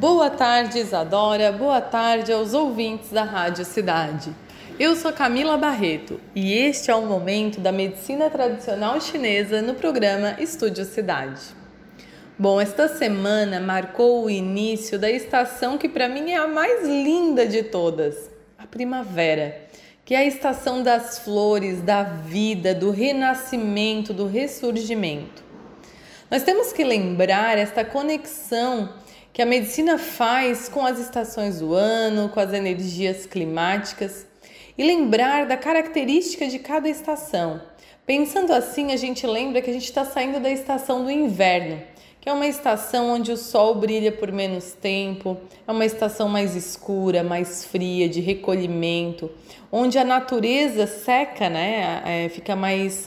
Boa tarde, Isadora. Boa tarde aos ouvintes da Rádio Cidade. Eu sou Camila Barreto e este é o momento da medicina tradicional chinesa no programa Estúdio Cidade. Bom, esta semana marcou o início da estação que para mim é a mais linda de todas, a primavera, que é a estação das flores, da vida, do renascimento, do ressurgimento. Nós temos que lembrar esta conexão que a medicina faz com as estações do ano, com as energias climáticas e lembrar da característica de cada estação. Pensando assim, a gente lembra que a gente está saindo da estação do inverno, que é uma estação onde o sol brilha por menos tempo, é uma estação mais escura, mais fria, de recolhimento, onde a natureza seca, fica mais...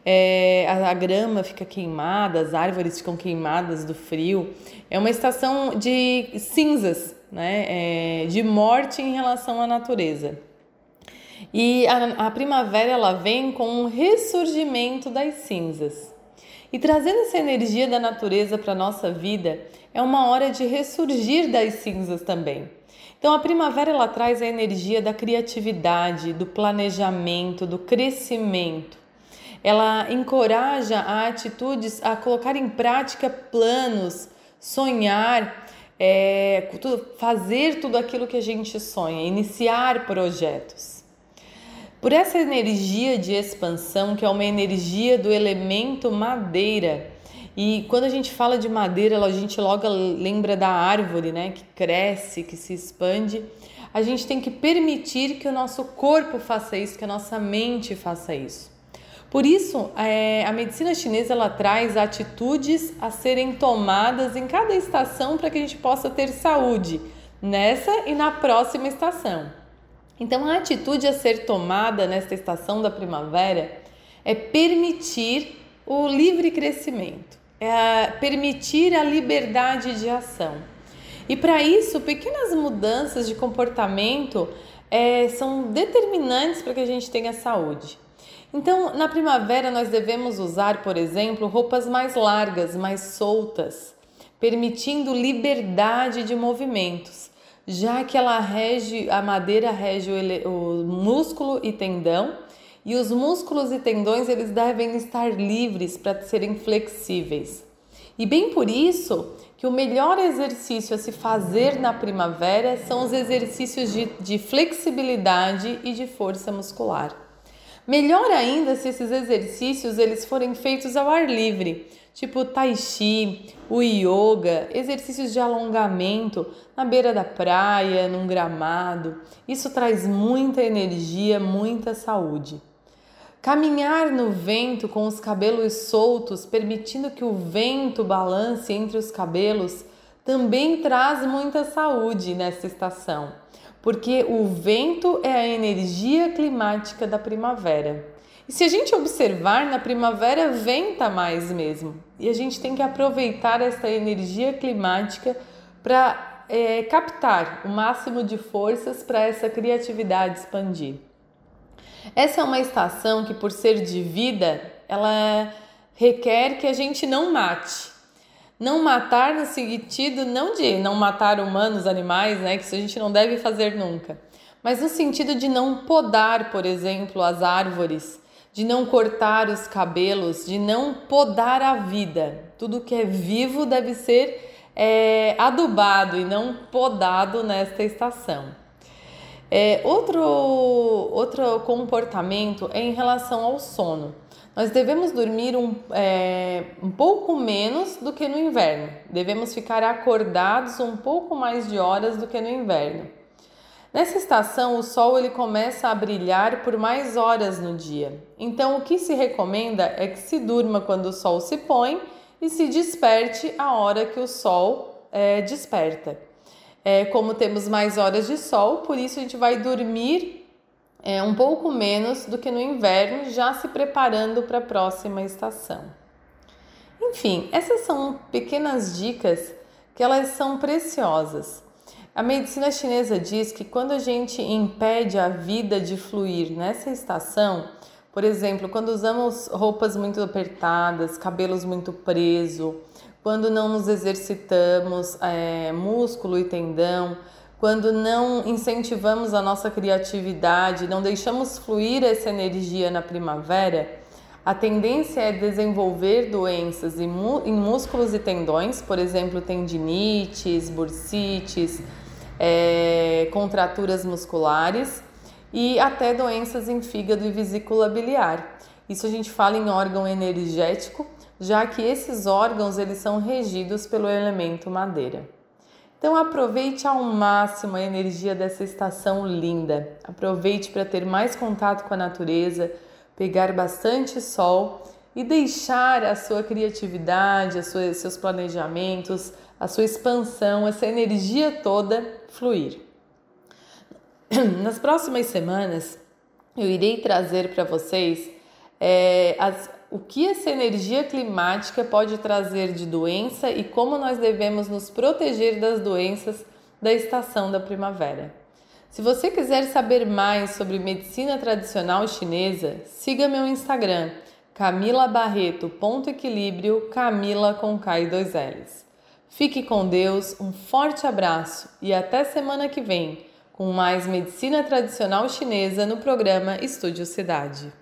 a grama fica queimada, as árvores ficam queimadas do frio. É uma estação de cinzas, de morte em relação à natureza. E a primavera ela vem com um ressurgimento das cinzas. E trazendo essa energia da natureza para a nossa vida, é uma hora de ressurgir das cinzas também. Então a primavera ela traz a energia da criatividade, do planejamento, do crescimento. Ela encoraja a atitudes a colocar em prática planos, sonhar, fazer tudo aquilo que a gente sonha, iniciar projetos. Por essa energia de expansão, que é uma energia do elemento madeira, e quando a gente fala de madeira, a gente logo lembra da árvore, que cresce, que se expande. A gente tem que permitir que o nosso corpo faça isso, que a nossa mente faça isso. Por isso, a medicina chinesa ela traz atitudes a serem tomadas em cada estação para que a gente possa ter saúde nessa e na próxima estação. Então, a atitude a ser tomada nesta estação da primavera é permitir o livre crescimento, permitir a liberdade de ação. E para isso, pequenas mudanças de comportamento são determinantes para que a gente tenha saúde. Então, na primavera, nós devemos usar, por exemplo, roupas mais largas, mais soltas, permitindo liberdade de movimentos, já que a madeira rege o músculo e tendão, e os músculos e tendões eles devem estar livres para serem flexíveis. E bem por isso que o melhor exercício a se fazer na primavera são os exercícios de flexibilidade e de força muscular. Melhor ainda se esses exercícios eles forem feitos ao ar livre, tipo o tai chi, o yoga, exercícios de alongamento na beira da praia, num gramado. Isso traz muita energia, muita saúde. Caminhar no vento com os cabelos soltos, permitindo que o vento balance entre os cabelos, também traz muita saúde nessa estação. Porque o vento é a energia climática da primavera. E se a gente observar, na primavera venta mais mesmo. E a gente tem que aproveitar essa energia climática para captar o máximo de forças para essa criatividade expandir. Essa é uma estação que, por ser de vida, ela requer que a gente não mate. Não matar no sentido não de não matar humanos, animais, que isso a gente não deve fazer nunca, mas no sentido de não podar, por exemplo, as árvores, de não cortar os cabelos, de não podar a vida. Tudo que é vivo deve ser adubado e não podado nesta estação. Outro comportamento é em relação ao sono. Nós devemos dormir um pouco menos do que no inverno. Devemos ficar acordados um pouco mais de horas do que no inverno. Nessa estação, o sol ele começa a brilhar por mais horas no dia. Então, o que se recomenda é que se durma quando o sol se põe e se desperte a hora que o sol desperta. Como temos mais horas de sol, por isso a gente vai dormir um pouco menos do que no inverno, já se preparando para a próxima estação. Enfim, essas são pequenas dicas que elas são preciosas. A medicina chinesa diz que quando a gente impede a vida de fluir nessa estação, por exemplo, quando usamos roupas muito apertadas, cabelos muito presos, quando não nos exercitamos músculo e tendão, quando não incentivamos a nossa criatividade, não deixamos fluir essa energia na primavera, a tendência é desenvolver doenças em músculos e tendões, por exemplo, tendinites, bursites, contraturas musculares e até doenças em fígado e vesícula biliar. Isso a gente fala em órgão energético, já que esses órgãos eles são regidos pelo elemento madeira. Então aproveite ao máximo a energia dessa estação linda. Aproveite para ter mais contato com a natureza, pegar bastante sol e deixar a sua criatividade, seus planejamentos, a sua expansão, essa energia toda fluir. Nas próximas semanas eu irei trazer para vocês o que essa energia climática pode trazer de doença e como nós devemos nos proteger das doenças da estação da primavera. Se você quiser saber mais sobre medicina tradicional chinesa, siga meu Instagram, camilabarreto.equilíbrio, Camila com K e 2 L's. Fique com Deus, um forte abraço e até semana que vem com mais medicina tradicional chinesa no programa Estúdio Cidade.